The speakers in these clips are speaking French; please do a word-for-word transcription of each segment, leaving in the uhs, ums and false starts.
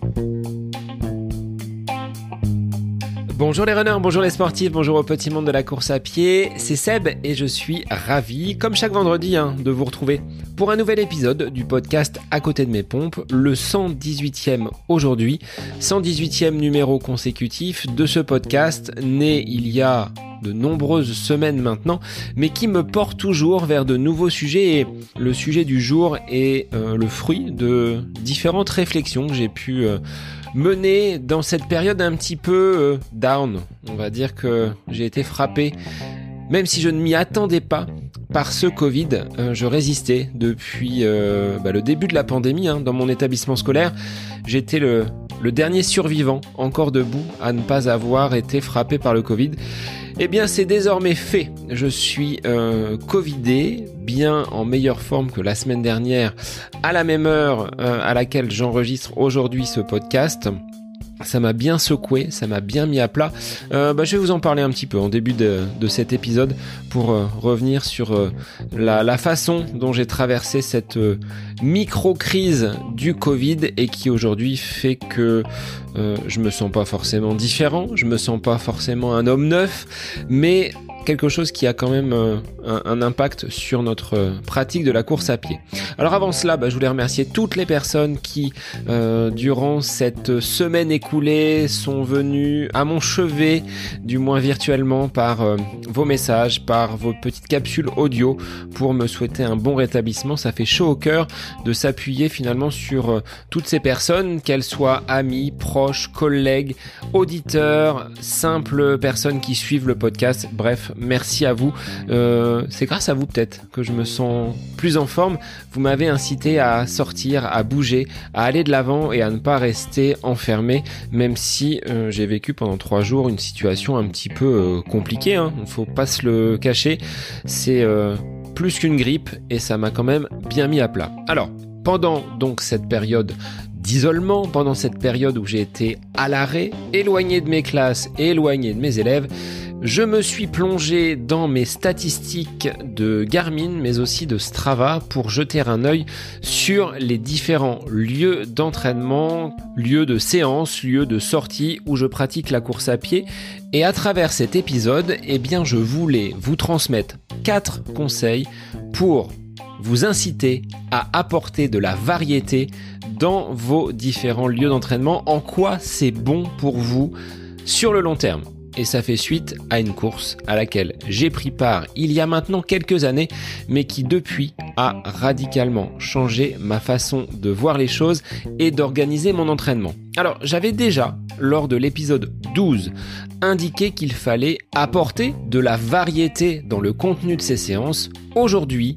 Bonjour les runners, bonjour les sportifs, bonjour au petit monde de la course à pied, c'est Seb et je suis ravi, comme chaque vendredi, hein, de vous retrouver pour un nouvel épisode du podcast À côté de mes pompes, le cent dix-huitième aujourd'hui, cent dix-huitième numéro consécutif de ce podcast, né il y a de nombreuses semaines maintenant, mais qui me porte toujours vers de nouveaux sujets et le sujet du jour est euh, le fruit de différentes réflexions que j'ai pu euh, mener dans cette période un petit peu euh, down. On va dire que j'ai été frappé, même si je ne m'y attendais pas, par ce Covid. Euh, je résistais depuis euh, bah, le début de la pandémie hein, dans mon établissement scolaire. J'étais le, le dernier survivant encore debout à ne pas avoir été frappé par le Covid. Eh bien, c'est désormais fait. Je suis euh, covidé, bien en meilleure forme que la semaine dernière, à la même heure euh, à laquelle j'enregistre aujourd'hui ce podcast. Ça m'a bien secoué, ça m'a bien mis à plat. Euh, bah, je vais vous en parler un petit peu en début de, de cet épisode pour euh, revenir sur euh, la, la façon dont j'ai traversé cette euh, micro-crise du Covid et qui aujourd'hui fait que euh, je me sens pas forcément différent, je me sens pas forcément un homme neuf, mais quelque chose qui a quand même euh, un, un impact sur notre euh, pratique de la course à pied. Alors avant cela, bah, je voulais remercier toutes les personnes qui, euh, durant cette semaine écoulée, sont venues à mon chevet, du moins virtuellement, par euh, vos messages, par vos petites capsules audio pour me souhaiter un bon rétablissement. Ça fait chaud au cœur de s'appuyer finalement sur euh, toutes ces personnes, qu'elles soient amis, proches, collègues, auditeurs, simples personnes qui suivent le podcast, bref. Merci à vous. Euh, c'est grâce à vous peut-être que je me sens plus en forme. Vous m'avez incité à sortir, à bouger, à aller de l'avant et à ne pas rester enfermé, même si euh, j'ai vécu pendant trois jours une situation un petit peu euh, compliquée. Hein. Il ne faut pas se le cacher. C'est euh, plus qu'une grippe et ça m'a quand même bien mis à plat. Alors, pendant donc cette période d'isolement, pendant cette période où j'ai été à l'arrêt, éloigné de mes classes, éloigné de mes élèves, je me suis plongé dans mes statistiques de Garmin, mais aussi de Strava, pour jeter un œil sur les différents lieux d'entraînement, lieux de séance, lieux de sortie où je pratique la course à pied. Et à travers cet épisode, eh bien, je voulais vous transmettre quatre conseils pour vous inciter à apporter de la variété dans vos différents lieux d'entraînement, en quoi c'est bon pour vous sur le long terme. Et ça fait suite à une course à laquelle j'ai pris part il y a maintenant quelques années, mais qui depuis a radicalement changé ma façon de voir les choses et d'organiser mon entraînement. Alors, j'avais déjà, lors de l'épisode douze, indiqué qu'il fallait apporter de la variété dans le contenu de ces séances. Aujourd'hui,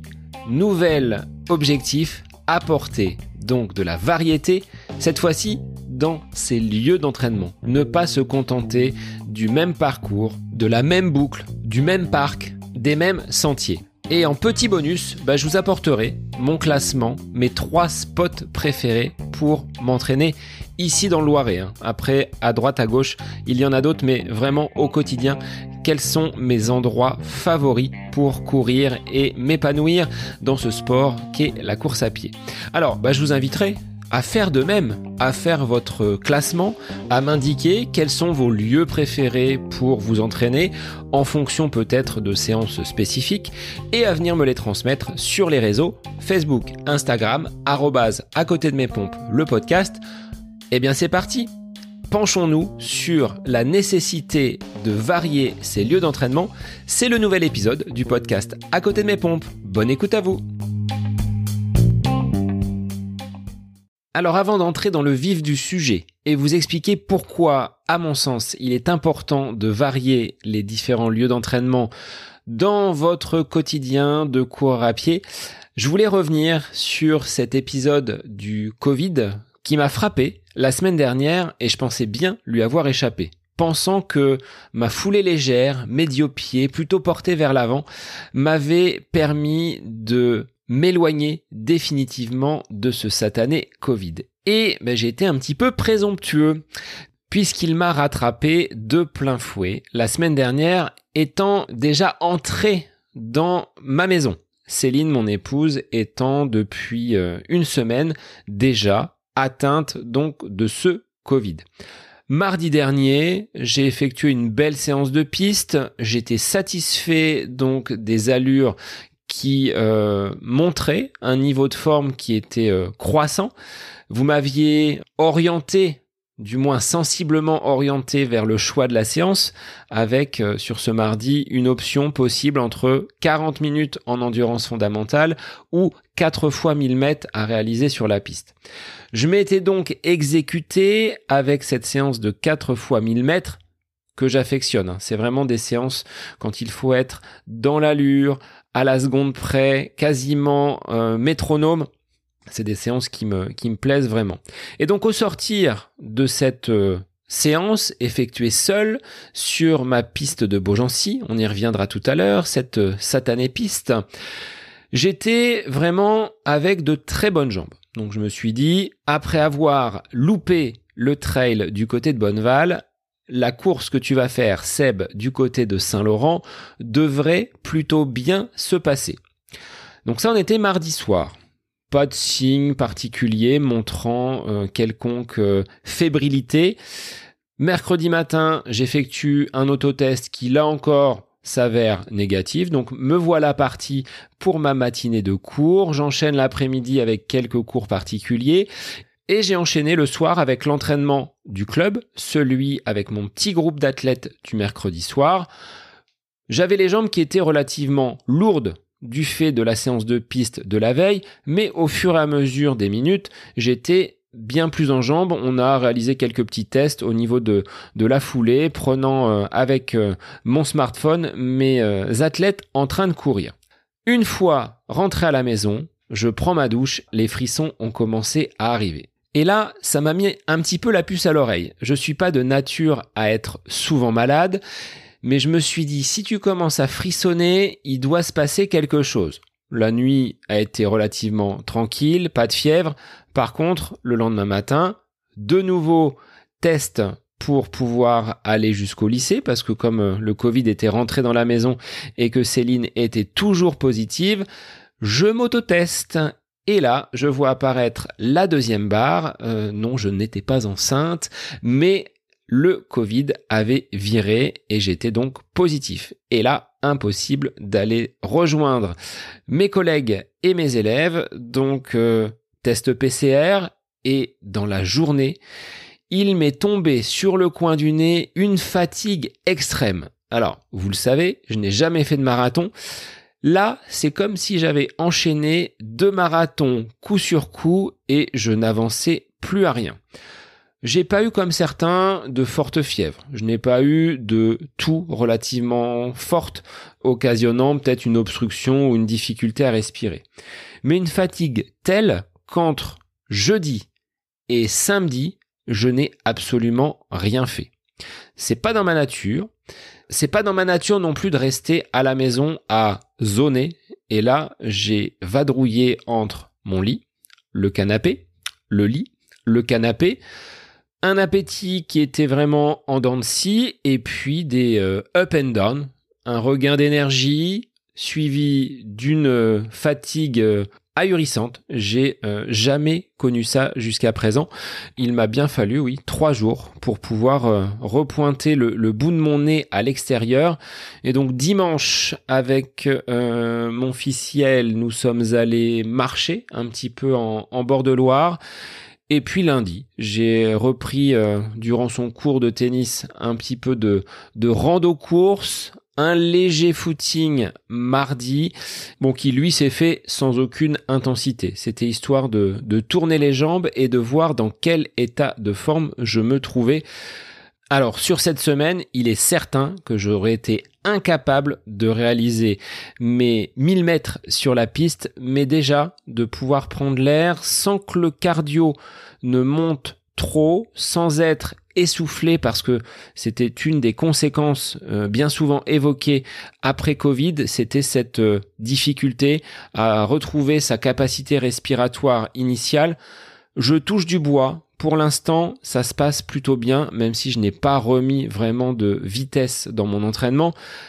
nouvel objectif, apporter donc de la variété, cette fois-ci dans ces lieux d'entraînement. Ne pas se contenter du même parcours, de la même boucle, du même parc, des mêmes sentiers. Et en petit bonus, bah, je vous apporterai mon classement, mes trois spots préférés pour m'entraîner ici dans le Loiret. Hein. Après, à droite, à gauche, il y en a d'autres, mais vraiment au quotidien, quels sont mes endroits favoris pour courir et m'épanouir dans ce sport qu'est la course à pied. Alors, bah, je vous inviterai à faire de même, à faire votre classement, à m'indiquer quels sont vos lieux préférés pour vous entraîner en fonction peut-être de séances spécifiques et à venir me les transmettre sur les réseaux Facebook, Instagram, arrobase à côté de mes pompes, le podcast. Eh bien c'est parti! Penchons-nous sur la nécessité de varier ces lieux d'entraînement. C'est le nouvel épisode du podcast À côté de mes pompes. Bonne écoute à vous! Alors avant d'entrer dans le vif du sujet et vous expliquer pourquoi, à mon sens, il est important de varier les différents lieux d'entraînement dans votre quotidien de coureur à pied, je voulais revenir sur cet épisode du Covid qui m'a frappé la semaine dernière et je pensais bien lui avoir échappé. Pensant que ma foulée légère, médio-pied, plutôt portée vers l'avant, m'avait permis de m'éloigner définitivement de ce satané Covid. Et ben, j'ai été un petit peu présomptueux, puisqu'il m'a rattrapé de plein fouet la semaine dernière, étant déjà entré dans ma maison. Céline, mon épouse, étant depuis euh, une semaine déjà atteinte donc de ce Covid. Mardi dernier, j'ai effectué une belle séance de piste. J'étais satisfait donc des allures qui euh, montraient un niveau de forme qui était euh, croissant. Vous m'aviez orienté, du moins sensiblement orienté vers le choix de la séance avec, euh, sur ce mardi, une option possible entre quarante minutes en endurance fondamentale ou quatre fois mille mètres à réaliser sur la piste. Je m'étais donc exécuté avec cette séance de quatre fois mille mètres que j'affectionne. C'est vraiment des séances quand il faut être dans l'allure, à la seconde près, quasiment euh, métronome. C'est des séances qui me, qui me plaisent vraiment. Et donc au sortir de cette euh, séance effectuée seule sur ma piste de Beaugency, on y reviendra tout à l'heure, cette euh, satanée piste, j'étais vraiment avec de très bonnes jambes. Donc je me suis dit, après avoir loupé le trail du côté de Bonneval, la course que tu vas faire, Seb, du côté de Saint-Laurent, devrait plutôt bien se passer. Donc ça, on était mardi soir. Pas de signe particulier montrant euh, quelconque euh, fébrilité. Mercredi matin, j'effectue un autotest qui, là encore, s'avère négatif. Donc, me voilà parti pour ma matinée de cours. J'enchaîne l'après-midi avec quelques cours particuliers. Et j'ai enchaîné le soir avec l'entraînement du club, celui avec mon petit groupe d'athlètes du mercredi soir. J'avais les jambes qui étaient relativement lourdes du fait de la séance de piste de la veille, mais au fur et à mesure des minutes, j'étais bien plus en jambes. On a réalisé quelques petits tests au niveau de, de la foulée, prenant euh, avec euh, mon smartphone mes euh, athlètes en train de courir. Une fois rentré à la maison, je prends ma douche, les frissons ont commencé à arriver. Et là, ça m'a mis un petit peu la puce à l'oreille. Je suis pas de nature à être souvent malade, mais je me suis dit, si tu commences à frissonner, il doit se passer quelque chose. La nuit a été relativement tranquille, pas de fièvre. Par contre, le lendemain matin, de nouveaux tests pour pouvoir aller jusqu'au lycée, parce que comme le Covid était rentré dans la maison et que Céline était toujours positive, je m'autoteste. Et là, je vois apparaître la deuxième barre. Euh, non, je n'étais pas enceinte, mais le Covid avait viré et j'étais donc positif. Et là, impossible d'aller rejoindre mes collègues et mes élèves. Donc, euh, test P C R et dans la journée, il m'est tombé sur le coin du nez une fatigue extrême. Alors, vous le savez, je n'ai jamais fait de marathon. Là, c'est comme si j'avais enchaîné deux marathons coup sur coup et je n'avançais plus à rien. J'ai pas eu comme certains de fortes fièvres. Je n'ai pas eu de toux relativement forte, occasionnant peut-être une obstruction ou une difficulté à respirer. Mais une fatigue telle qu'entre jeudi et samedi, je n'ai absolument rien fait. C'est pas dans ma nature. C'est pas dans ma nature non plus de rester à la maison à zoner. Et là, j'ai vadrouillé entre mon lit, le canapé, le lit, le canapé, un appétit qui était vraiment en dents de scie et puis des euh, up and down, un regain d'énergie suivi d'une euh, fatigue euh, ahurissante. J'ai euh, jamais connu ça jusqu'à présent. Il m'a bien fallu, oui, trois jours pour pouvoir euh, repointer le, le bout de mon nez à l'extérieur. Et donc dimanche, avec euh, mon fils Yael, nous sommes allés marcher un petit peu en, en bord de Loire. Et puis lundi, j'ai repris euh, durant son cours de tennis un petit peu de, de rando-course, un léger footing mardi, bon qui lui s'est fait sans aucune intensité. C'était histoire de, de tourner les jambes et de voir dans quel état de forme je me trouvais. Alors sur cette semaine, il est certain que j'aurais été incapable de réaliser mes mille mètres sur la piste, mais déjà de pouvoir prendre l'air sans que le cardio ne monte trop, sans être essoufflé, parce que c'était une des conséquences euh, bien souvent évoquées après Covid, c'était cette euh, difficulté à retrouver sa capacité respiratoire initiale. Je touche du bois. Pour l'instant, ça se passe plutôt bien, même si je n'ai pas remis vraiment de vitesse dans mon entraînement.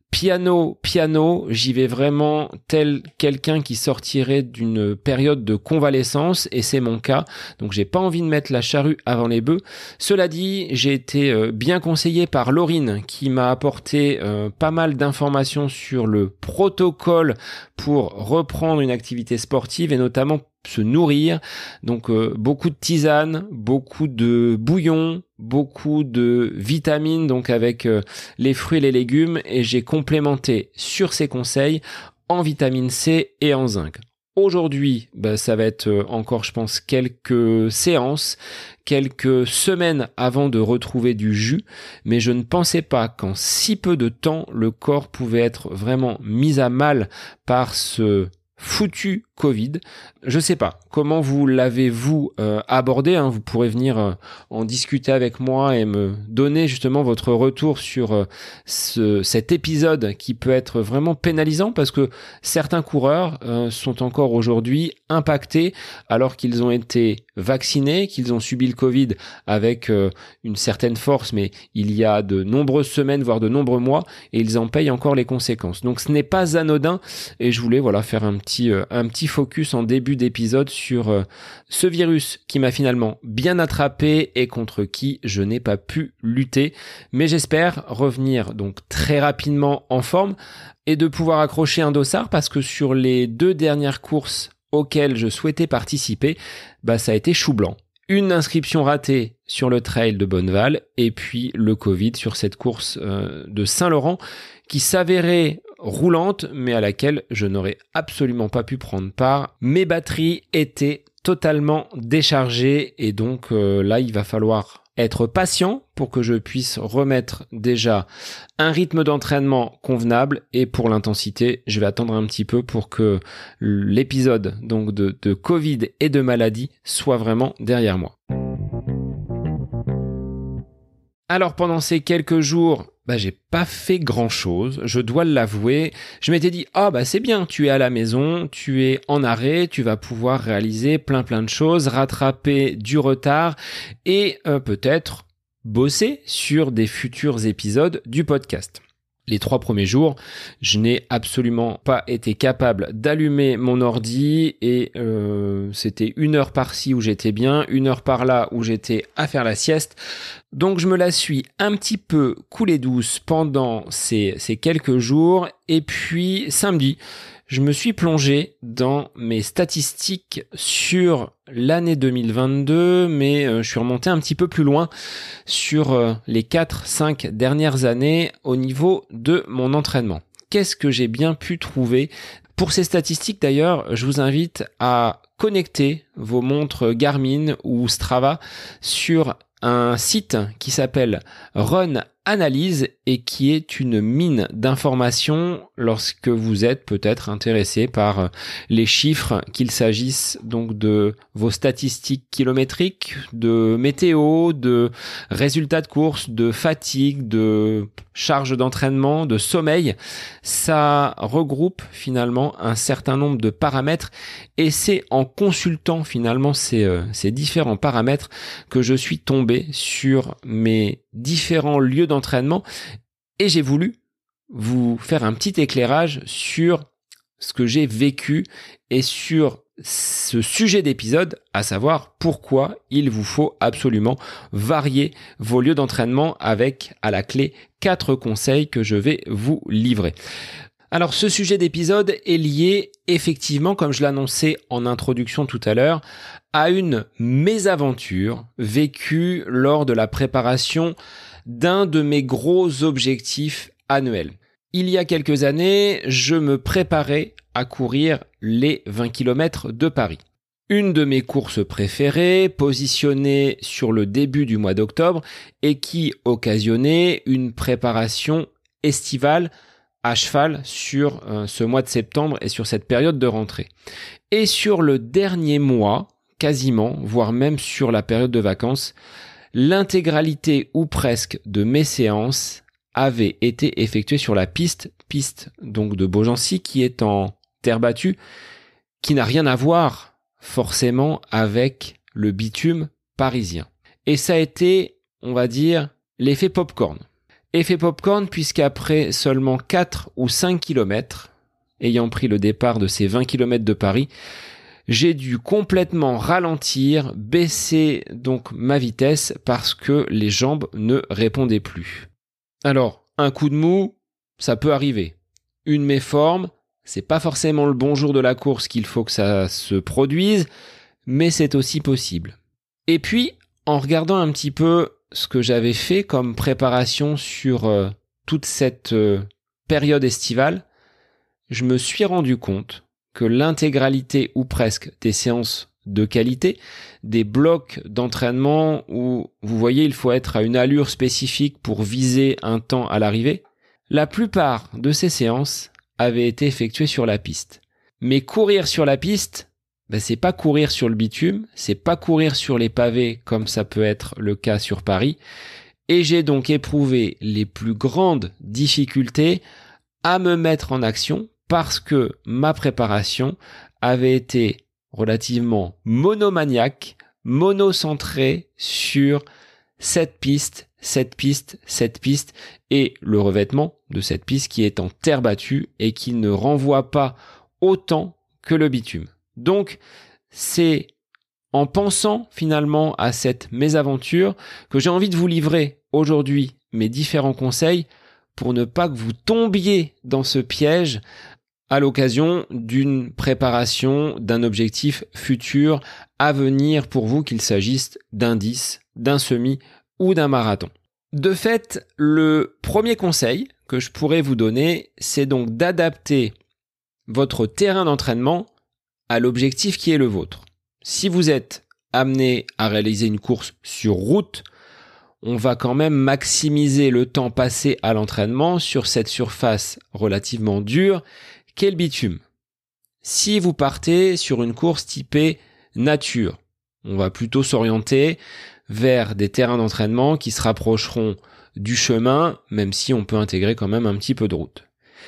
Piano, piano, j'y vais vraiment tel quelqu'un qui sortirait d'une période de convalescence et c'est mon cas. Donc j'ai pas envie de mettre la charrue avant les bœufs. Cela dit, j'ai été bien conseillé par Laurine qui m'a apporté euh, pas mal d'informations sur le protocole pour reprendre une activité sportive et notamment se nourrir. Donc euh, beaucoup de tisanes, beaucoup de bouillon, beaucoup de vitamines donc avec euh, les fruits et les légumes et j'ai complémenté sur ces conseils en vitamine C et en zinc. Aujourd'hui, bah, ça va être euh, encore je pense quelques séances, quelques semaines avant de retrouver du jus, mais je ne pensais pas qu'en si peu de temps le corps pouvait être vraiment mis à mal par ce foutu Covid. Je sais pas comment vous l'avez-vous euh, abordé, hein. Vous pourrez venir euh, en discuter avec moi et me donner justement votre retour sur euh, ce, cet épisode qui peut être vraiment pénalisant parce que certains coureurs euh, sont encore aujourd'hui impactés alors qu'ils ont été vaccinés, qu'ils ont subi le Covid avec euh, une certaine force, mais il y a de nombreuses semaines, voire de nombreux mois, et ils en payent encore les conséquences. Donc ce n'est pas anodin et je voulais voilà faire un petit euh, un petit focus en début d'épisode sur euh, ce virus qui m'a finalement bien attrapé et contre qui je n'ai pas pu lutter. Mais j'espère revenir donc très rapidement en forme et de pouvoir accrocher un dossard parce que sur les deux dernières courses auxquelles je souhaitais participer, bah ça a été chou blanc. Une inscription ratée sur le trail de Bonneval et puis le Covid sur cette course euh, de Saint-Laurent qui s'avérait roulante mais à laquelle je n'aurais absolument pas pu prendre part. Mes batteries étaient totalement déchargées et donc euh, là il va falloir être patient pour que je puisse remettre déjà un rythme d'entraînement convenable et pour l'intensité, je vais attendre un petit peu pour que l'épisode donc de, de Covid et de maladie soit vraiment derrière moi. Alors pendant ces quelques jours, bah j'ai pas fait grand chose, je dois l'avouer. Je m'étais dit ah bah c'est bien, tu es à la maison, tu es en arrêt, tu vas pouvoir réaliser plein plein de choses, rattraper du retard et euh, peut-être bosser sur des futurs épisodes du podcast. Les trois premiers jours, je n'ai absolument pas été capable d'allumer mon ordi et euh, c'était une heure par-ci où j'étais bien, une heure par-là où j'étais à faire la sieste. Donc je me la suis un petit peu coulée douce pendant ces, ces quelques jours et puis samedi, je me suis plongé dans mes statistiques sur l'année deux mille vingt-deux, mais euh, je suis remonté un petit peu plus loin sur euh, les quatre cinq dernières années au niveau de mon entraînement. Qu'est-ce que j'ai bien pu trouver ? Pour ces statistiques d'ailleurs, je vous invite à connecter vos montres Garmin ou Strava sur un site qui s'appelle Run Analyse et qui est une mine d'informations lorsque vous êtes peut-être intéressé par les chiffres, qu'il s'agisse donc de vos statistiques kilométriques, de météo, de résultats de course, de fatigue, de charge d'entraînement, de sommeil. Ça regroupe finalement un certain nombre de paramètres et c'est en consultant finalement ces, euh, ces différents paramètres que je suis tombé sur mes différents lieux d'entraînement et j'ai voulu vous faire un petit éclairage sur ce que j'ai vécu et sur ce sujet d'épisode, à savoir pourquoi il vous faut absolument varier vos lieux d'entraînement avec à la clé quatre conseils que je vais vous livrer. Alors ce sujet d'épisode est lié effectivement, comme je l'annonçais en introduction tout à l'heure, à une mésaventure vécue lors de la préparation d'un de mes gros objectifs annuels. Il y a quelques années, je me préparais à courir les vingt kilomètres de Paris. Une de mes courses préférées, positionnée sur le début du mois d'octobre et qui occasionnait une préparation estivale à cheval sur euh, ce mois de septembre et sur cette période de rentrée. Et sur le dernier mois, quasiment, voire même sur la période de vacances, l'intégralité ou presque de mes séances avait été effectuée sur la piste, piste donc de Beaugency qui est en terre battue, qui n'a rien à voir forcément avec le bitume parisien. Et ça a été, on va dire, l'effet popcorn. Effet popcorn puisqu'après seulement quatre ou cinq kilomètres, ayant pris le départ de ces vingt kilomètres de Paris, j'ai dû complètement ralentir, baisser donc ma vitesse parce que les jambes ne répondaient plus. Alors, un coup de mou, ça peut arriver. Une méforme, c'est pas forcément le bon jour de la course qu'il faut que ça se produise, mais c'est aussi possible. Et puis, en regardant un petit peu ce que j'avais fait comme préparation sur euh, toute cette euh, période estivale, je me suis rendu compte que l'intégralité ou presque des séances de qualité, des blocs d'entraînement où, vous voyez, il faut être à une allure spécifique pour viser un temps à l'arrivée, la plupart de ces séances avaient été effectuées sur la piste. Mais courir sur la piste, ben c'est pas courir sur le bitume, c'est pas courir sur les pavés comme ça peut être le cas sur Paris, et j'ai donc éprouvé les plus grandes difficultés à me mettre en action parce que ma préparation avait été relativement monomaniaque, monocentrée sur cette piste, cette piste, cette piste et le revêtement de cette piste qui est en terre battue et qui ne renvoie pas autant que le bitume. Donc, c'est en pensant finalement à cette mésaventure que j'ai envie de vous livrer aujourd'hui mes différents conseils pour ne pas que vous tombiez dans ce piège à l'occasion d'une préparation d'un objectif futur à venir pour vous, qu'il s'agisse d'un dix, d'un semi ou d'un marathon. De fait, le premier conseil que je pourrais vous donner, c'est donc d'adapter votre terrain d'entraînement à l'objectif qui est le vôtre. Si vous êtes amené à réaliser une course sur route, on va quand même maximiser le temps passé à l'entraînement sur cette surface relativement dure qu'est le bitume. Si vous partez sur une course typée nature, on va plutôt s'orienter vers des terrains d'entraînement qui se rapprocheront du chemin, même si on peut intégrer quand même un petit peu de route.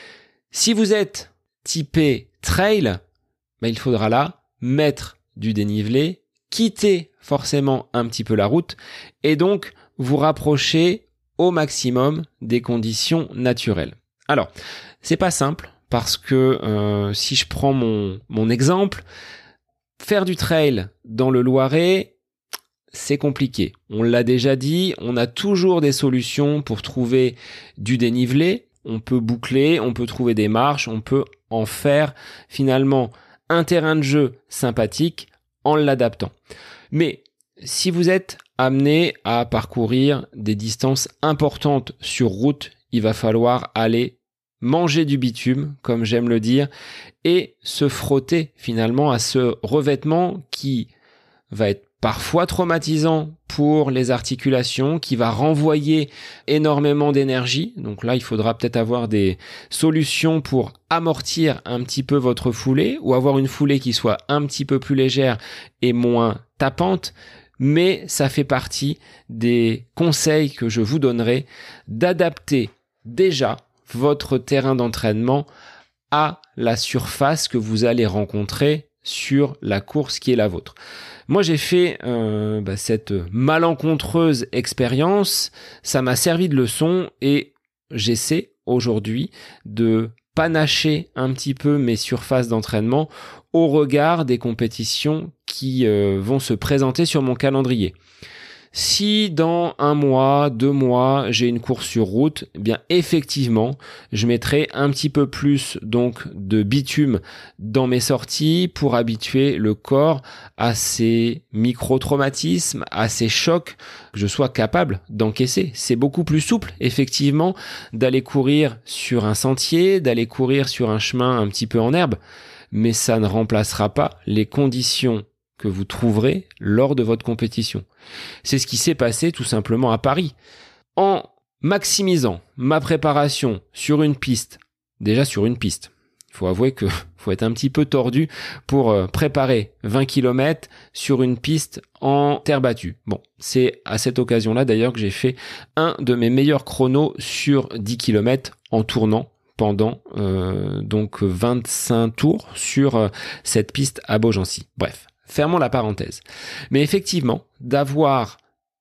Si vous êtes typé trail, ben il faudra là mettre du dénivelé, quitter forcément un petit peu la route et donc vous rapprocher au maximum des conditions naturelles. Alors, c'est pas simple parce que euh, si je prends mon, mon exemple, faire du trail dans le Loiret, c'est compliqué. On l'a déjà dit, on a toujours des solutions pour trouver du dénivelé. On peut boucler, on peut trouver des marches, on peut en faire finalement un terrain de jeu sympathique en l'adaptant. Mais si vous êtes amené à parcourir des distances importantes sur route, il va falloir aller manger du bitume, comme j'aime le dire, et se frotter finalement à ce revêtement qui va être parfois traumatisant pour les articulations, qui va renvoyer énormément d'énergie. Donc là, il faudra peut-être avoir des solutions pour amortir un petit peu votre foulée ou avoir une foulée qui soit un petit peu plus légère et moins tapante. Mais ça fait partie des conseils que je vous donnerai d'adapter déjà votre terrain d'entraînement à la surface que vous allez rencontrer sur la course qui est la vôtre. Moi, j'ai fait euh, bah, cette malencontreuse expérience, ça m'a servi de leçon et j'essaie aujourd'hui de panacher un petit peu mes surfaces d'entraînement au regard des compétitions qui euh, vont se présenter sur mon calendrier. Si dans un mois, deux mois, j'ai une course sur route, eh bien effectivement, je mettrai un petit peu plus donc de bitume dans mes sorties pour habituer le corps à ces micro-traumatismes, à ces chocs que je sois capable d'encaisser. C'est beaucoup plus souple, effectivement, d'aller courir sur un sentier, d'aller courir sur un chemin un petit peu en herbe, mais ça ne remplacera pas les conditions que vous trouverez lors de votre compétition. C'est ce qui s'est passé tout simplement à Paris. En maximisant ma préparation sur une piste, déjà sur une piste, il faut avouer que faut être un petit peu tordu pour préparer vingt kilomètres sur une piste en terre battue. Bon, c'est à cette occasion-là d'ailleurs que j'ai fait un de mes meilleurs chronos sur dix kilomètres en tournant pendant euh, donc vingt-cinq tours sur euh, cette piste à Beaugency. Bref. Fermons la parenthèse. Mais effectivement, d'avoir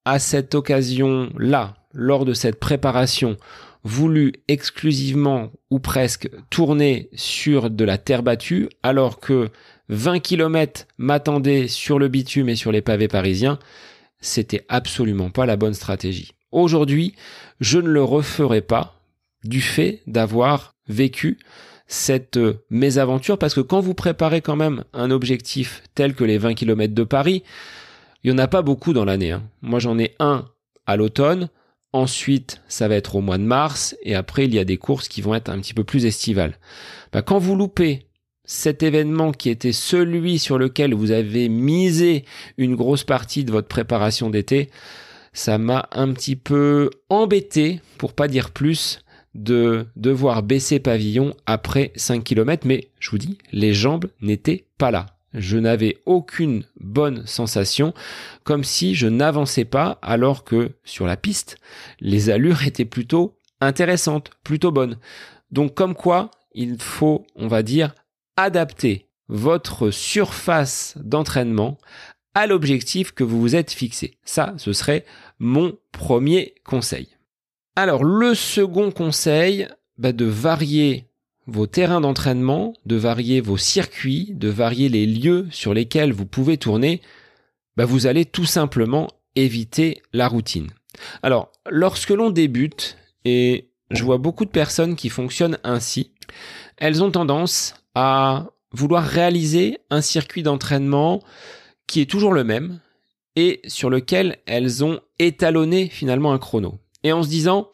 à cette occasion-là, lors de cette préparation, voulu exclusivement ou presque tourner sur de la terre battue, alors que vingt kilomètres m'attendaient sur le bitume et sur les pavés parisiens, c'était absolument pas la bonne stratégie. Aujourd'hui, je ne le referai pas du fait d'avoir vécu cette mésaventure, parce que quand vous préparez quand même un objectif tel que les vingt kilomètres de Paris, il n'y en a pas beaucoup dans l'année. Hein. Moi, j'en ai un à l'automne. Ensuite, ça va être au mois de mars. Et après, il y a des courses qui vont être un petit peu plus estivales. Bah, quand vous loupez cet événement qui était celui sur lequel vous avez misé une grosse partie de votre préparation d'été, ça m'a un petit peu embêté, pour pas dire plus, de devoir baisser pavillon après cinq kilomètres. Mais je vous dis, les jambes n'étaient pas là. Je n'avais aucune bonne sensation, comme si je n'avançais pas, alors que sur la piste, les allures étaient plutôt intéressantes, plutôt bonnes. Donc comme quoi, il faut, on va dire, adapter votre surface d'entraînement à l'objectif que vous vous êtes fixé. Ça, ce serait mon premier conseil. Alors le second conseil, bah, de varier vos terrains d'entraînement, de varier vos circuits, de varier les lieux sur lesquels vous pouvez tourner, bah vous allez tout simplement éviter la routine. Alors, lorsque l'on débute, et je vois beaucoup de personnes qui fonctionnent ainsi, elles ont tendance à vouloir réaliser un circuit d'entraînement qui est toujours le même et sur lequel elles ont étalonné finalement un chrono. Et en se disant,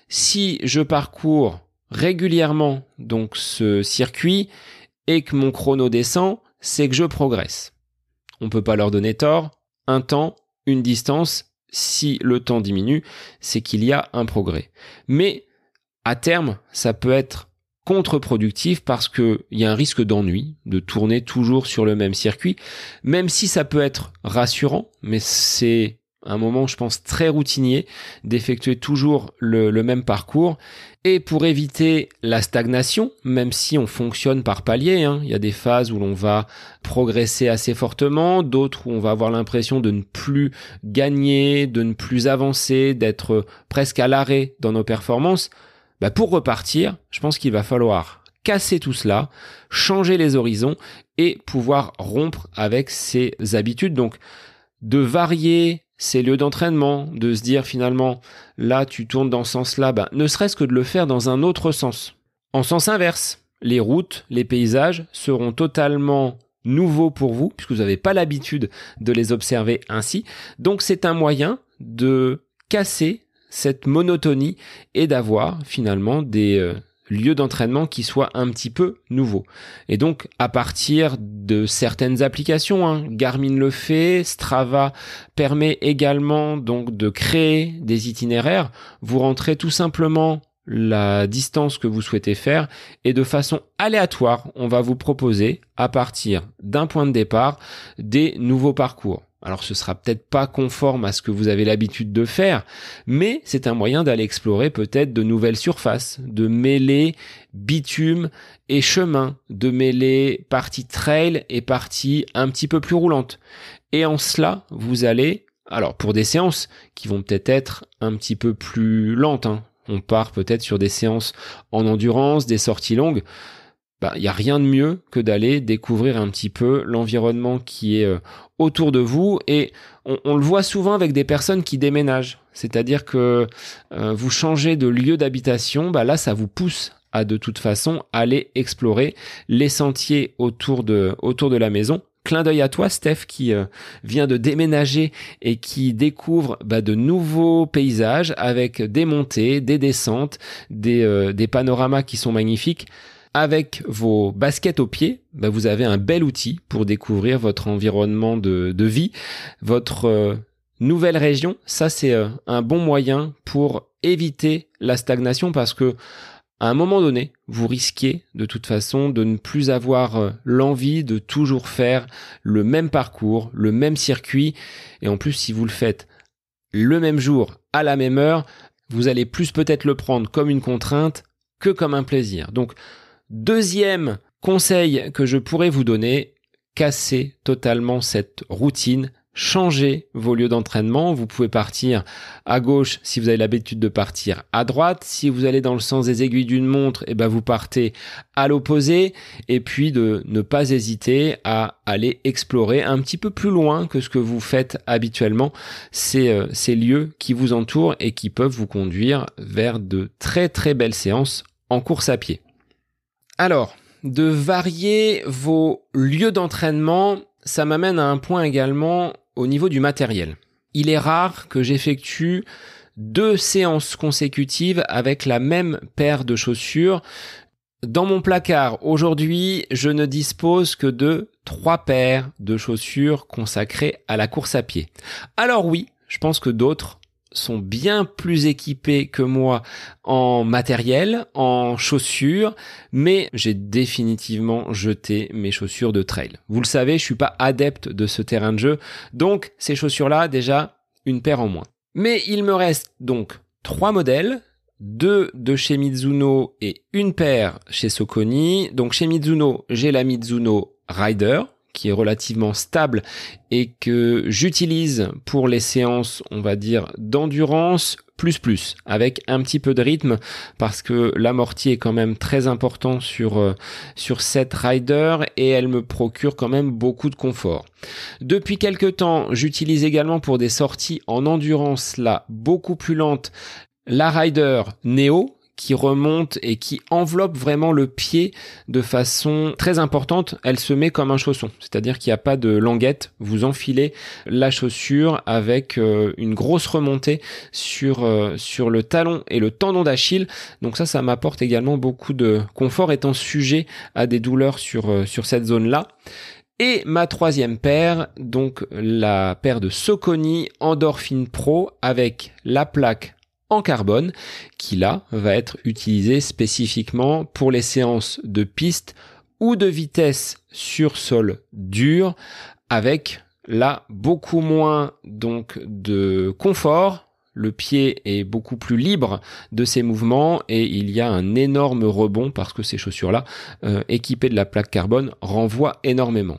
si je parcours régulièrement donc ce circuit et que mon chrono descend, c'est que je progresse. On ne peut pas leur donner tort. Un temps, une distance, si le temps diminue, c'est qu'il y a un progrès. Mais à terme, ça peut être contre-productif parce qu'il y a un risque d'ennui de tourner toujours sur le même circuit, même si ça peut être rassurant, mais c'est un moment, je pense, très routinier d'effectuer toujours le, le même parcours. Et pour éviter la stagnation, même si on fonctionne par paliers, hein, il y a des phases où l'on va progresser assez fortement, d'autres où on va avoir l'impression de ne plus gagner, de ne plus avancer, d'être presque à l'arrêt dans nos performances. Bah pour repartir, je pense qu'il va falloir casser tout cela, changer les horizons et pouvoir rompre avec ces habitudes. Donc, de varier ces lieux d'entraînement, de se dire finalement, là tu tournes dans ce sens-là, bah, ne serait-ce que de le faire dans un autre sens. En sens inverse, les routes, les paysages seront totalement nouveaux pour vous, puisque vous n'avez pas l'habitude de les observer ainsi. Donc c'est un moyen de casser cette monotonie et d'avoir finalement des euh, lieux d'entraînement qui soient un petit peu nouveaux. Et donc, à partir de certaines applications, hein, Garmin le fait, Strava permet également donc de créer des itinéraires. Vous rentrez tout simplement la distance que vous souhaitez faire et de façon aléatoire, on va vous proposer à partir d'un point de départ des nouveaux parcours. Alors ce sera peut-être pas conforme à ce que vous avez l'habitude de faire, mais c'est un moyen d'aller explorer peut-être de nouvelles surfaces, de mêler bitume et chemin, de mêler partie trail et partie un petit peu plus roulante. Et en cela, vous allez, alors pour des séances qui vont peut-être être un petit peu plus lentes, hein, on part peut-être sur des séances en endurance, des sorties longues, bah, il n'y a rien de mieux que d'aller découvrir un petit peu l'environnement qui est euh, autour de vous. Et on, on le voit souvent avec des personnes qui déménagent. C'est-à-dire que euh, vous changez de lieu d'habitation, bah là, ça vous pousse à de toute façon aller explorer les sentiers autour de, autour de la maison. Clin d'œil à toi, Steph, qui euh, vient de déménager et qui découvre bah, de nouveaux paysages avec des montées, des descentes, des, euh, des panoramas qui sont magnifiques. Avec vos baskets aux pieds, bah vous avez un bel outil pour découvrir votre environnement de, de vie, votre euh, nouvelle région. Ça, c'est euh, un bon moyen pour éviter la stagnation parce que à un moment donné, vous risquez de toute façon de ne plus avoir euh, l'envie de toujours faire le même parcours, le même circuit. Et en plus, si vous le faites le même jour, à la même heure, vous allez plus peut-être le prendre comme une contrainte que comme un plaisir. Donc, deuxième conseil que je pourrais vous donner, cassez totalement cette routine, changer vos lieux d'entraînement. Vous pouvez partir à gauche si vous avez l'habitude de partir à droite. Si vous allez dans le sens des aiguilles d'une montre, eh ben vous partez à l'opposé. Et puis de ne pas hésiter à aller explorer un petit peu plus loin que ce que vous faites habituellement ces, euh, ces lieux qui vous entourent et qui peuvent vous conduire vers de très très belles séances en course à pied. Alors, de varier vos lieux d'entraînement, ça m'amène à un point également au niveau du matériel. Il est rare que j'effectue deux séances consécutives avec la même paire de chaussures. Dans mon placard, aujourd'hui, je ne dispose que de trois paires de chaussures consacrées à la course à pied. Alors oui, je pense que d'autres sont bien plus équipés que moi en matériel, en chaussures, mais j'ai définitivement jeté mes chaussures de trail. Vous le savez, je suis pas adepte de ce terrain de jeu, donc ces chaussures-là, déjà, une paire en moins. Mais il me reste donc trois modèles, deux de chez Mizuno et une paire chez Saucony. Donc chez Mizuno, j'ai la Mizuno Rider, qui est relativement stable et que j'utilise pour les séances, on va dire, d'endurance plus plus, avec un petit peu de rythme parce que l'amorti est quand même très important sur, euh, sur cette Rider et elle me procure quand même beaucoup de confort. Depuis quelques temps, j'utilise également pour des sorties en endurance là beaucoup plus lentes la Rider Neo, qui remonte et qui enveloppe vraiment le pied de façon très importante. Elle se met comme un chausson, c'est-à-dire qu'il n'y a pas de languette. Vous enfilez la chaussure avec euh, une grosse remontée sur euh, sur le talon et le tendon d'Achille. Donc ça, ça m'apporte également beaucoup de confort étant sujet à des douleurs sur euh, sur cette zone-là. Et ma troisième paire, donc la paire de Saucony Endorphin Pro avec la plaque en carbone qui là va être utilisé spécifiquement pour les séances de piste ou de vitesse sur sol dur avec là beaucoup moins donc de confort. Le pied est beaucoup plus libre de ses mouvements et il y a un énorme rebond parce que ces chaussures-là euh, équipées de la plaque carbone renvoient énormément.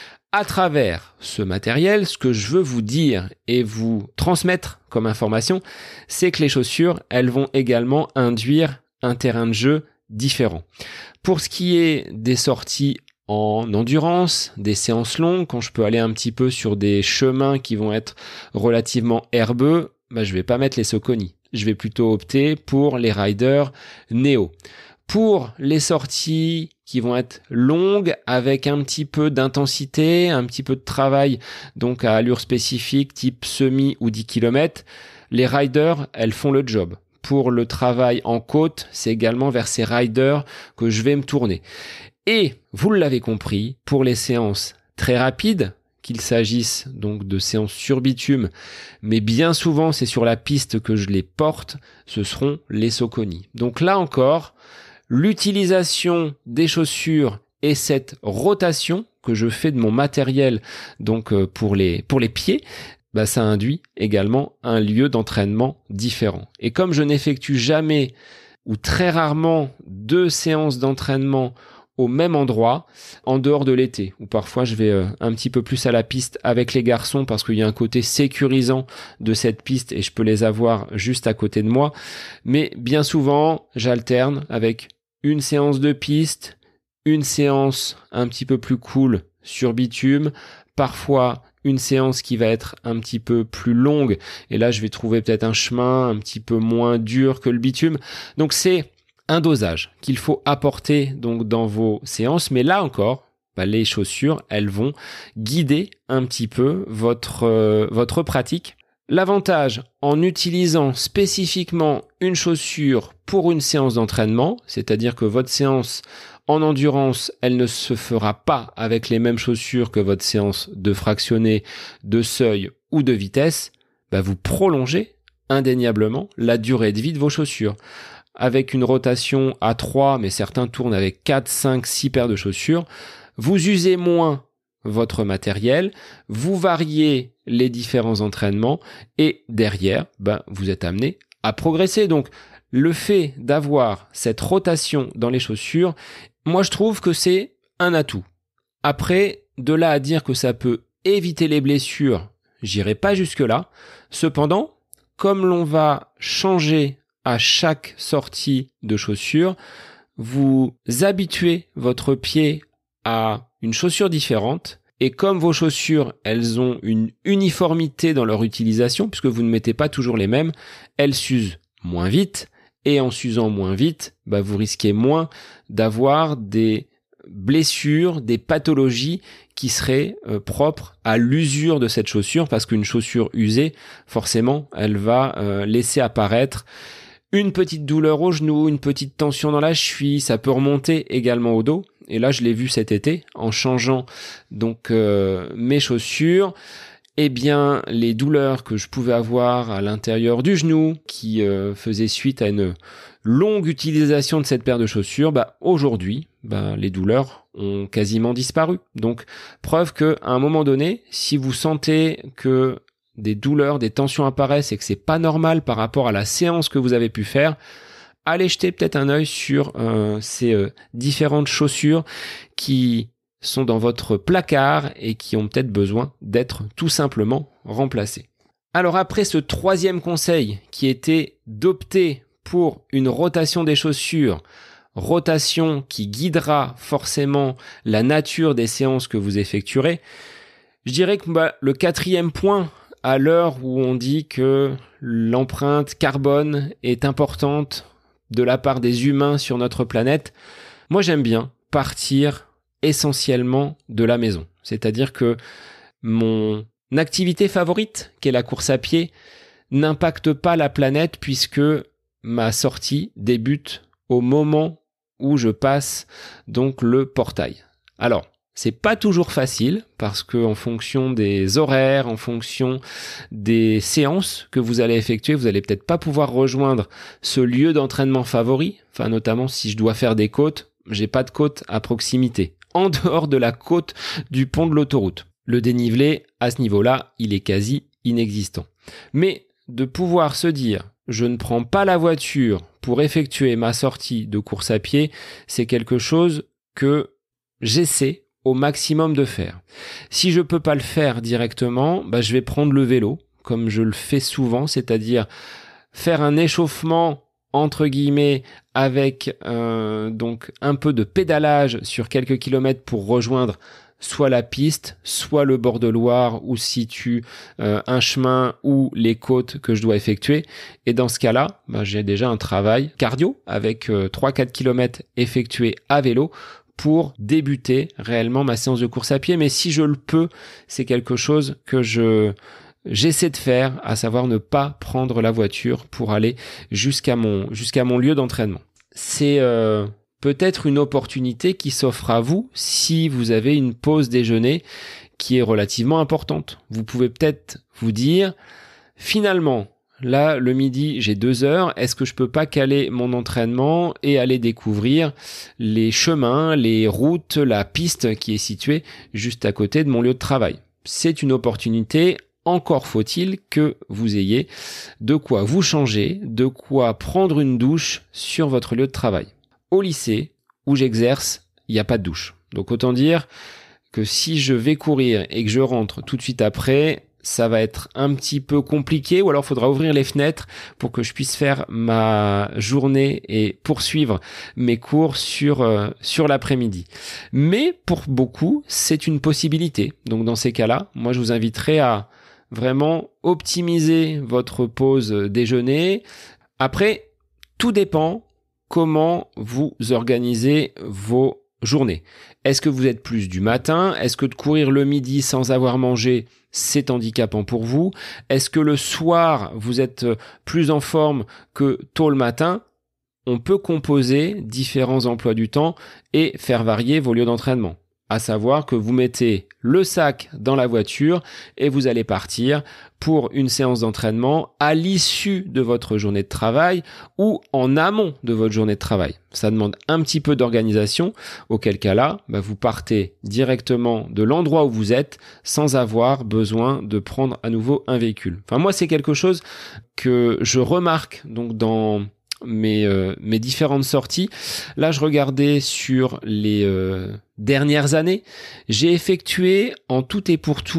À travers ce matériel, ce que je veux vous dire et vous transmettre comme information, c'est que les chaussures, elles vont également induire un terrain de jeu différent. Pour ce qui est des sorties en endurance, des séances longues, quand je peux aller un petit peu sur des chemins qui vont être relativement herbeux, bah, je vais pas mettre les Saucony. Je vais plutôt opter pour les Rider Neo. Pour les sorties qui vont être longues avec un petit peu d'intensité, un petit peu de travail, donc à allure spécifique, type semi ou dix kilomètres, les riders, elles font le job. Pour le travail en côte, c'est également vers ces riders que je vais me tourner. Et, vous l'avez compris, pour les séances très rapides, qu'il s'agisse donc de séances sur bitume, mais bien souvent c'est sur la piste que je les porte, ce seront les Saucony. Donc là encore, l'utilisation des chaussures et cette rotation que je fais de mon matériel donc euh, pour les pour les pieds, bah ça induit également un lieu d'entraînement différent. Et comme je n'effectue jamais ou très rarement deux séances d'entraînement au même endroit, en dehors de l'été, où parfois je vais euh, un petit peu plus à la piste avec les garçons parce qu'il y a un côté sécurisant de cette piste et je peux les avoir juste à côté de moi. Mais bien souvent, j'alterne avec une séance de piste, une séance un petit peu plus cool sur bitume, parfois une séance qui va être un petit peu plus longue et là je vais trouver peut-être un chemin un petit peu moins dur que le bitume. Donc c'est un dosage qu'il faut apporter donc dans vos séances, mais là encore, bah, les chaussures, elles vont guider un petit peu votre euh, votre pratique. L'avantage en utilisant spécifiquement une chaussure pour une séance d'entraînement, c'est-à-dire que votre séance en endurance, elle ne se fera pas avec les mêmes chaussures que votre séance de fractionné, de seuil ou de vitesse, bah vous prolongez indéniablement la durée de vie de vos chaussures. Avec une rotation à trois, mais certains tournent avec quatre, cinq, six paires de chaussures, vous usez moins votre matériel, vous variez les différents entraînements et derrière, ben, vous êtes amené à progresser. Donc, le fait d'avoir cette rotation dans les chaussures, moi, je trouve que c'est un atout. Après, de là à dire que ça peut éviter les blessures, j'irai pas jusque-là. Cependant, comme l'on va changer à chaque sortie de chaussure, vous habituez votre pied à une chaussure différente. Et comme vos chaussures, elles ont une uniformité dans leur utilisation, puisque vous ne mettez pas toujours les mêmes, elles s'usent moins vite. Et en s'usant moins vite, bah vous risquez moins d'avoir des blessures, des pathologies qui seraient euh, propres à l'usure de cette chaussure, parce qu'une chaussure usée, forcément, elle va euh, laisser apparaître une petite douleur au genou, une petite tension dans la cheville, ça peut remonter également au dos. Et là, je l'ai vu cet été, en changeant donc euh, mes chaussures, eh bien, les douleurs que je pouvais avoir à l'intérieur du genou, qui euh, faisaient suite à une longue utilisation de cette paire de chaussures, bah aujourd'hui, bah les douleurs ont quasiment disparu. Donc, preuve que à un moment donné, si vous sentez que des douleurs, des tensions apparaissent et que c'est pas normal par rapport à la séance que vous avez pu faire, allez jeter peut-être un œil sur euh, ces euh, différentes chaussures qui sont dans votre placard et qui ont peut-être besoin d'être tout simplement remplacées. Alors après ce troisième conseil qui était d'opter pour une rotation des chaussures, rotation qui guidera forcément la nature des séances que vous effectuerez, je dirais que bah, le quatrième point, à l'heure où on dit que l'empreinte carbone est importante de la part des humains sur notre planète, moi j'aime bien partir essentiellement de la maison. C'est-à-dire que mon activité favorite, qui est la course à pied, n'impacte pas la planète puisque ma sortie débute au moment où je passe donc le portail. Alors, c'est pas toujours facile parce que en fonction des horaires, en fonction des séances que vous allez effectuer, vous allez peut-être pas pouvoir rejoindre ce lieu d'entraînement favori. Enfin, notamment si je dois faire des côtes, j'ai pas de côte à proximité, en dehors de la côte du pont de l'autoroute. Le dénivelé, à ce niveau-là, il est quasi inexistant. Mais de pouvoir se dire, je ne prends pas la voiture pour effectuer ma sortie de course à pied, c'est quelque chose que j'essaie au maximum de faire. Si je peux pas le faire directement, bah je vais prendre le vélo, comme je le fais souvent, c'est-à-dire faire un échauffement entre guillemets avec euh, donc un peu de pédalage sur quelques kilomètres pour rejoindre soit la piste, soit le bord de Loire où se situe euh, un chemin ou les côtes que je dois effectuer. Et dans ce cas-là, bah, j'ai déjà un travail cardio avec euh, trois à quatre kilomètres effectués à vélo pour débuter réellement ma séance de course à pied. Mais si je le peux, c'est quelque chose que je j'essaie de faire, à savoir ne pas prendre la voiture pour aller jusqu'à mon jusqu'à mon lieu d'entraînement. C'est euh, peut-être une opportunité qui s'offre à vous si vous avez une pause déjeuner qui est relativement importante. Vous pouvez peut-être vous dire, finalement, là, le midi, j'ai deux heures. Est-ce que je peux pas caler mon entraînement et aller découvrir les chemins, les routes, la piste qui est située juste à côté de mon lieu de travail? C'est une opportunité. Encore faut-il que vous ayez de quoi vous changer, de quoi prendre une douche sur votre lieu de travail. Au lycée où j'exerce, il n'y a pas de douche. Donc autant dire que si je vais courir et que je rentre tout de suite après, ça va être un petit peu compliqué, ou alors il faudra ouvrir les fenêtres pour que je puisse faire ma journée et poursuivre mes cours sur euh, sur l'après-midi. Mais pour beaucoup, c'est une possibilité. Donc dans ces cas-là, moi je vous inviterai à vraiment optimiser votre pause déjeuner. Après, tout dépend comment vous organisez vos journées. Est-ce que vous êtes plus du matin? Est-ce que de courir le midi sans avoir mangé, c'est handicapant pour vous? Est-ce que le soir, vous êtes plus en forme que tôt le matin? On peut composer différents emplois du temps et faire varier vos lieux d'entraînement. À savoir que vous mettez le sac dans la voiture et vous allez partir pour une séance d'entraînement à l'issue de votre journée de travail ou en amont de votre journée de travail. Ça demande un petit peu d'organisation, auquel cas là, bah vous partez directement de l'endroit où vous êtes sans avoir besoin de prendre à nouveau un véhicule. Enfin moi, c'est quelque chose que je remarque donc dans mes euh, mes différentes sorties. Là, je regardais sur les euh, dernières années, j'ai effectué en tout et pour tout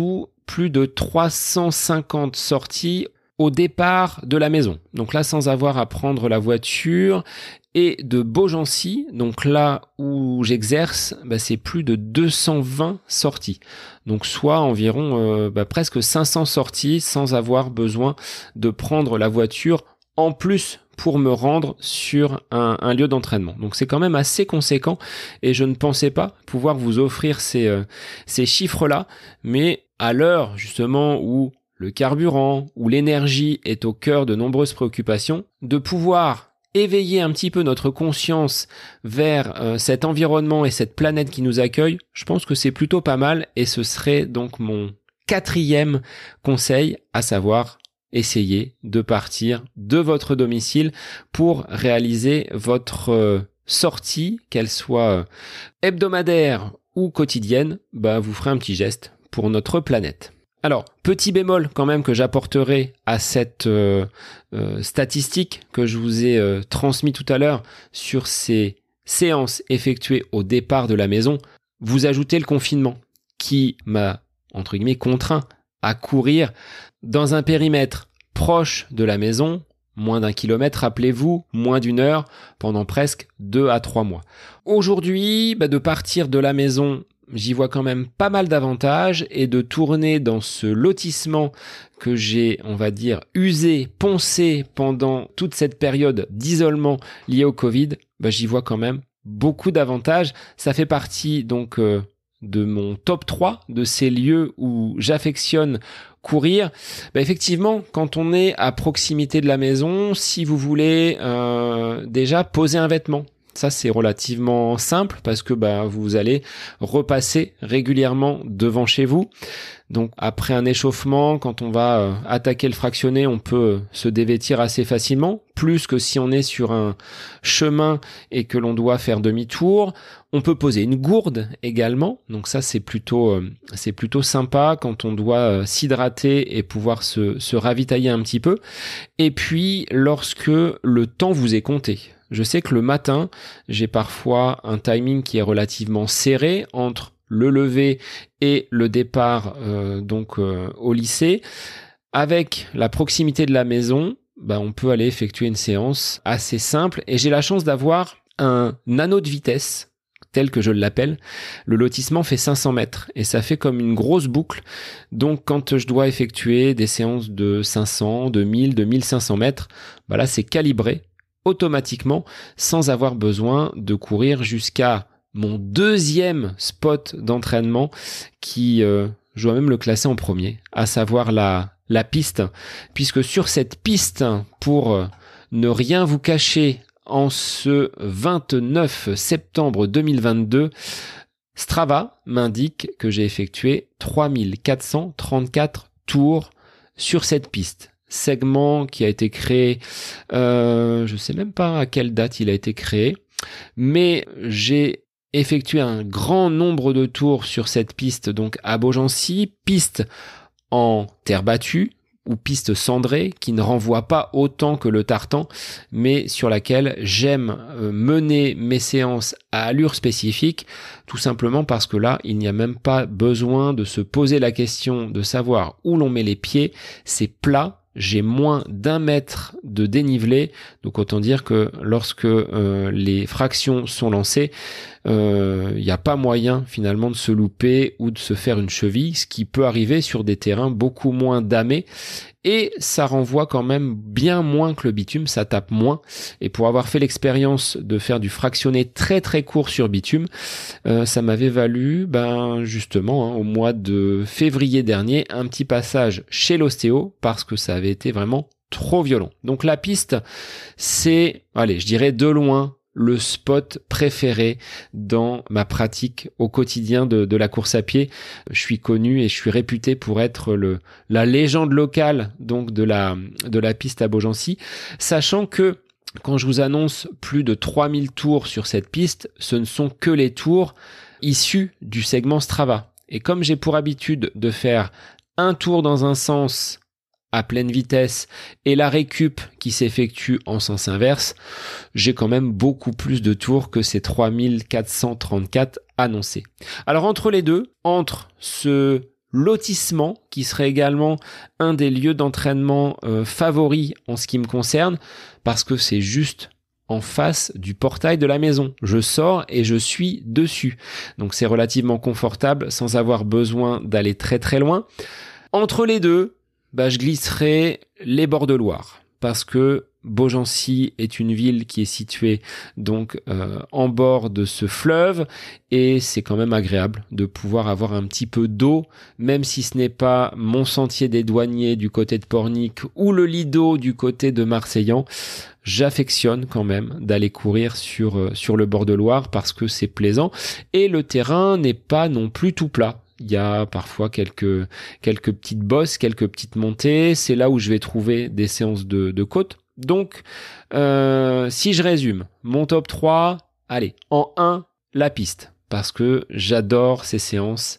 plus de trois cent cinquante sorties au départ de la maison. Donc là, sans avoir à prendre la voiture. Et de Beaugency, donc là où j'exerce, bah, c'est plus de deux cent vingt sorties. Donc soit environ euh, bah, presque cinq cents sorties sans avoir besoin de prendre la voiture en plus pour me rendre sur un, un lieu d'entraînement. Donc c'est quand même assez conséquent et je ne pensais pas pouvoir vous offrir ces, euh, ces chiffres-là. Mais à l'heure justement où le carburant, où l'énergie est au cœur de nombreuses préoccupations, de pouvoir éveiller un petit peu notre conscience vers euh, cet environnement et cette planète qui nous accueille, je pense que c'est plutôt pas mal et ce serait donc mon quatrième conseil, à savoir essayer de partir de votre domicile pour réaliser votre euh, sortie, qu'elle soit hebdomadaire ou quotidienne, bah vous ferez un petit geste pour notre planète. Alors, petit bémol quand même que j'apporterai à cette euh, euh, statistique que je vous ai euh, transmis tout à l'heure sur ces séances effectuées au départ de la maison, vous ajoutez le confinement qui m'a, entre guillemets, contraint à courir dans un périmètre proche de la maison, moins d'un kilomètre, rappelez-vous, moins d'une heure, pendant presque deux à trois mois. Aujourd'hui, bah, de partir de la maison, j'y vois quand même pas mal d'avantages et de tourner dans ce lotissement que j'ai, on va dire, usé, poncé pendant toute cette période d'isolement liée au Covid, bah, j'y vois quand même beaucoup d'avantages. Ça fait partie donc euh, de mon top trois de ces lieux où j'affectionne courir. Bah, effectivement, quand on est à proximité de la maison, si vous voulez euh, déjà poser un vêtement, ça, c'est relativement simple parce que bah, vous allez repasser régulièrement devant chez vous. Donc, après un échauffement, quand on va euh, attaquer le fractionné, on peut se dévêtir assez facilement, plus que si on est sur un chemin et que l'on doit faire demi-tour. On peut poser une gourde également. Donc ça, c'est plutôt, euh, c'est plutôt sympa quand on doit euh, s'hydrater et pouvoir se, se ravitailler un petit peu. Et puis, lorsque le temps vous est compté. Je sais que le matin, j'ai parfois un timing qui est relativement serré entre le lever et le départ euh, donc euh, au lycée. Avec la proximité de la maison, bah, on peut aller effectuer une séance assez simple. Et j'ai la chance d'avoir un anneau de vitesse, tel que je l'appelle. Le lotissement fait cinq cents mètres et ça fait comme une grosse boucle. Donc quand je dois effectuer des séances de cinq cents, de mille, de mille cinq cents mètres, bah là c'est calibré automatiquement sans avoir besoin de courir jusqu'à mon deuxième spot d'entraînement qui, euh, je dois même le classer en premier, à savoir la, la piste. Puisque sur cette piste, pour euh, ne rien vous cacher, en ce vingt-neuf septembre deux mille vingt-deux, Strava m'indique que j'ai effectué trois mille quatre cent trente-quatre tours sur cette piste. Segment qui a été créé, euh, je sais même pas à quelle date il a été créé, mais j'ai effectué un grand nombre de tours sur cette piste, donc à Beaugency, piste en terre battue ou piste cendrée qui ne renvoie pas autant que le tartan, mais sur laquelle j'aime mener mes séances à allure spécifique, tout simplement parce que là, il n'y a même pas besoin de se poser la question de savoir où l'on met les pieds, c'est plat. J'ai moins d'un mètre de dénivelé, donc autant dire que lorsque euh, les fractions sont lancées, il euh, n'y a pas moyen finalement de se louper ou de se faire une cheville, ce qui peut arriver sur des terrains beaucoup moins damés, et ça renvoie quand même bien moins que le bitume, ça tape moins, et pour avoir fait l'expérience de faire du fractionné très très court sur bitume, euh, ça m'avait valu ben justement hein, au mois de février dernier un petit passage chez l'ostéo parce que ça avait été vraiment trop violent. Donc la piste, c'est, allez, je dirais de loin le spot préféré dans ma pratique au quotidien de, de la course à pied. Je suis connu et je suis réputé pour être le, la légende locale donc de la, de la piste à Beaugency, sachant que quand je vous annonce plus de trois mille tours sur cette piste, ce ne sont que les tours issus du segment Strava. Et comme j'ai pour habitude de faire un tour dans un sens à pleine vitesse et la récup qui s'effectue en sens inverse, j'ai quand même beaucoup plus de tours que ces trois mille quatre cent trente-quatre annoncés. Alors entre les deux, entre ce lotissement, qui serait également un des lieux d'entraînement euh, favoris en ce qui me concerne, parce que c'est juste en face du portail de la maison. Je sors et je suis dessus. Donc c'est relativement confortable sans avoir besoin d'aller très très loin. Entre les deux, bah, je glisserai les bords de Loire, parce que Beaugency est une ville qui est située donc euh, en bord de ce fleuve et c'est quand même agréable de pouvoir avoir un petit peu d'eau, même si ce n'est pas mon sentier des douaniers du côté de Pornic ou le Lido du côté de Marseillan. J'affectionne quand même d'aller courir sur euh, sur le bord de Loire parce que c'est plaisant et le terrain n'est pas non plus tout plat. Il y a parfois quelques quelques petites bosses, quelques petites montées. C'est là où je vais trouver des séances de, de côte. Donc, euh, si je résume, mon top trois, allez, en un, la piste. Parce que j'adore ces séances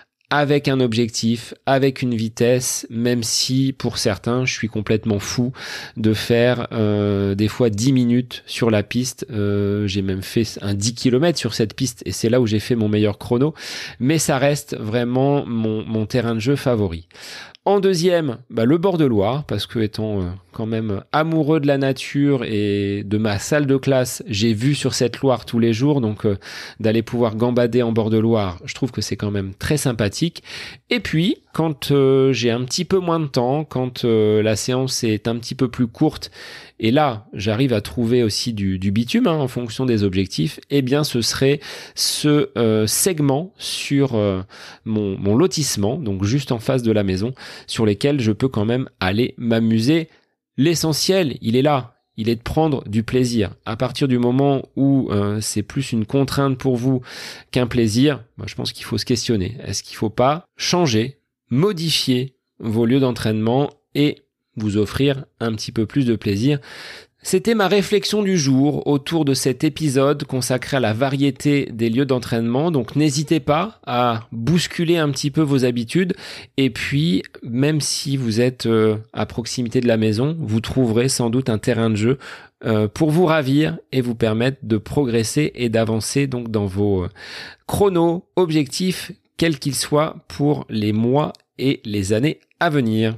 avec un objectif, avec une vitesse, même si pour certains, je suis complètement fou de faire euh, des fois dix minutes sur la piste. Euh, j'ai même fait un dix kilomètres sur cette piste et c'est là où j'ai fait mon meilleur chrono. Mais ça reste vraiment mon, mon terrain de jeu favori. En deuxième, bah, le bord de Loire, parce que étant euh, quand même amoureux de la nature et de ma salle de classe, j'ai vu sur cette Loire tous les jours, donc euh, d'aller pouvoir gambader en bord de Loire, je trouve que c'est quand même très sympathique. Et puis, quand euh, j'ai un petit peu moins de temps, quand euh, la séance est un petit peu plus courte, et là, j'arrive à trouver aussi du, du bitume hein, en fonction des objectifs, eh bien ce serait ce euh, segment sur euh, mon, mon lotissement, donc juste en face de la maison, sur lesquels je peux quand même aller m'amuser. L'essentiel, il est là, il est de prendre du plaisir. À partir du moment où euh, c'est plus une contrainte pour vous qu'un plaisir, bah, je pense qu'il faut se questionner. Est-ce qu'il ne faut pas changer, modifier vos lieux d'entraînement et vous offrir un petit peu plus de plaisir? C'était ma réflexion du jour autour de cet épisode consacré à la variété des lieux d'entraînement. Donc n'hésitez pas à bousculer un petit peu vos habitudes. Et puis, même si vous êtes euh, à proximité de la maison, vous trouverez sans doute un terrain de jeu euh, pour vous ravir et vous permettre de progresser et d'avancer donc dans vos euh, chronos, objectifs, quels qu'ils soient pour les mois et les années à venir.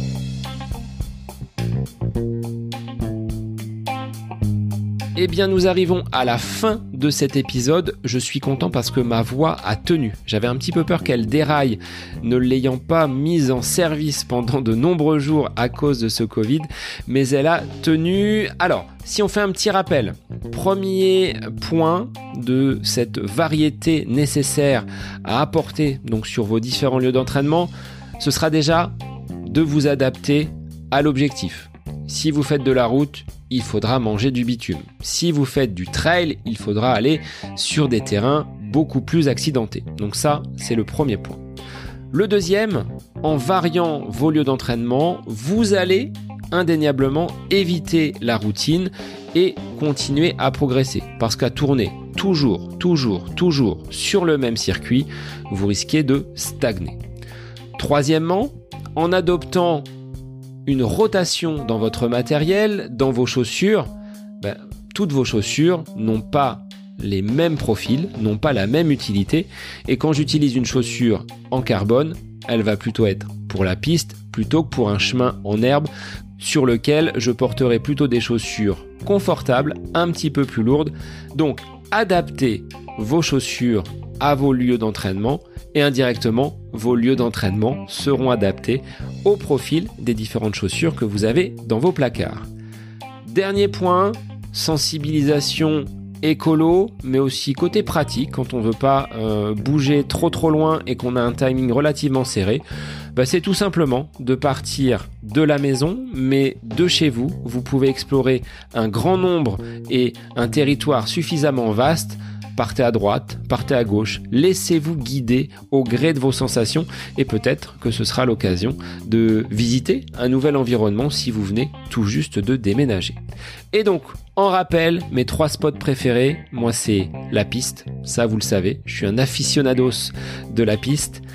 Eh bien, nous arrivons à la fin de cet épisode. Je suis content parce que ma voix a tenu. J'avais un petit peu peur qu'elle déraille, ne l'ayant pas mise en service pendant de nombreux jours à cause de ce Covid, mais elle a tenu. Alors, si on fait un petit rappel, premier point de cette variété nécessaire à apporter donc sur vos différents lieux d'entraînement, ce sera déjà de vous adapter à l'objectif. Si vous faites de la route, il faudra manger du bitume. Si vous faites du trail, il faudra aller sur des terrains beaucoup plus accidentés. Donc ça, c'est le premier point. Le deuxième, en variant vos lieux d'entraînement, vous allez indéniablement éviter la routine et continuer à progresser. Parce qu'à tourner toujours, toujours, toujours sur le même circuit, vous risquez de stagner. Troisièmement, en adoptant une rotation dans votre matériel, dans vos chaussures, ben, toutes vos chaussures n'ont pas les mêmes profils, n'ont pas la même utilité. Et quand j'utilise une chaussure en carbone, elle va plutôt être pour la piste plutôt que pour un chemin en herbe sur lequel je porterai plutôt des chaussures confortables, un petit peu plus lourdes. Donc, adaptez vos chaussures à vos lieux d'entraînement et indirectement, vos lieux d'entraînement seront adaptés au profil des différentes chaussures que vous avez dans vos placards. Dernier point, sensibilisation écolo, mais aussi côté pratique, quand on ne veut pas euh, bouger trop trop loin et qu'on a un timing relativement serré, bah c'est tout simplement de partir de la maison, mais de chez vous. Vous pouvez explorer un grand nombre et un territoire suffisamment vaste. Partez à droite, partez à gauche, laissez-vous guider au gré de vos sensations et peut-être que ce sera l'occasion de visiter un nouvel environnement si vous venez tout juste de déménager. Et donc, en rappel, mes trois spots préférés, moi c'est la piste, ça vous le savez, je suis un aficionados de la piste.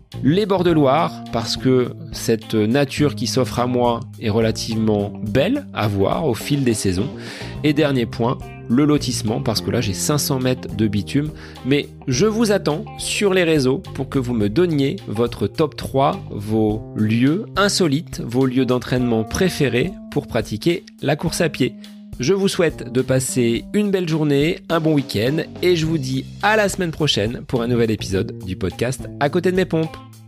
Les bords de Loire, parce que cette nature qui s'offre à moi est relativement belle à voir au fil des saisons. Et dernier point, le lotissement, parce que là j'ai cinq cents mètres de bitume. Mais je vous attends sur les réseaux pour que vous me donniez votre top trois, vos lieux insolites, vos lieux d'entraînement préférés pour pratiquer la course à pied. Je vous souhaite de passer une belle journée, un bon week-end et je vous dis à la semaine prochaine pour un nouvel épisode du podcast À côté de mes pompes.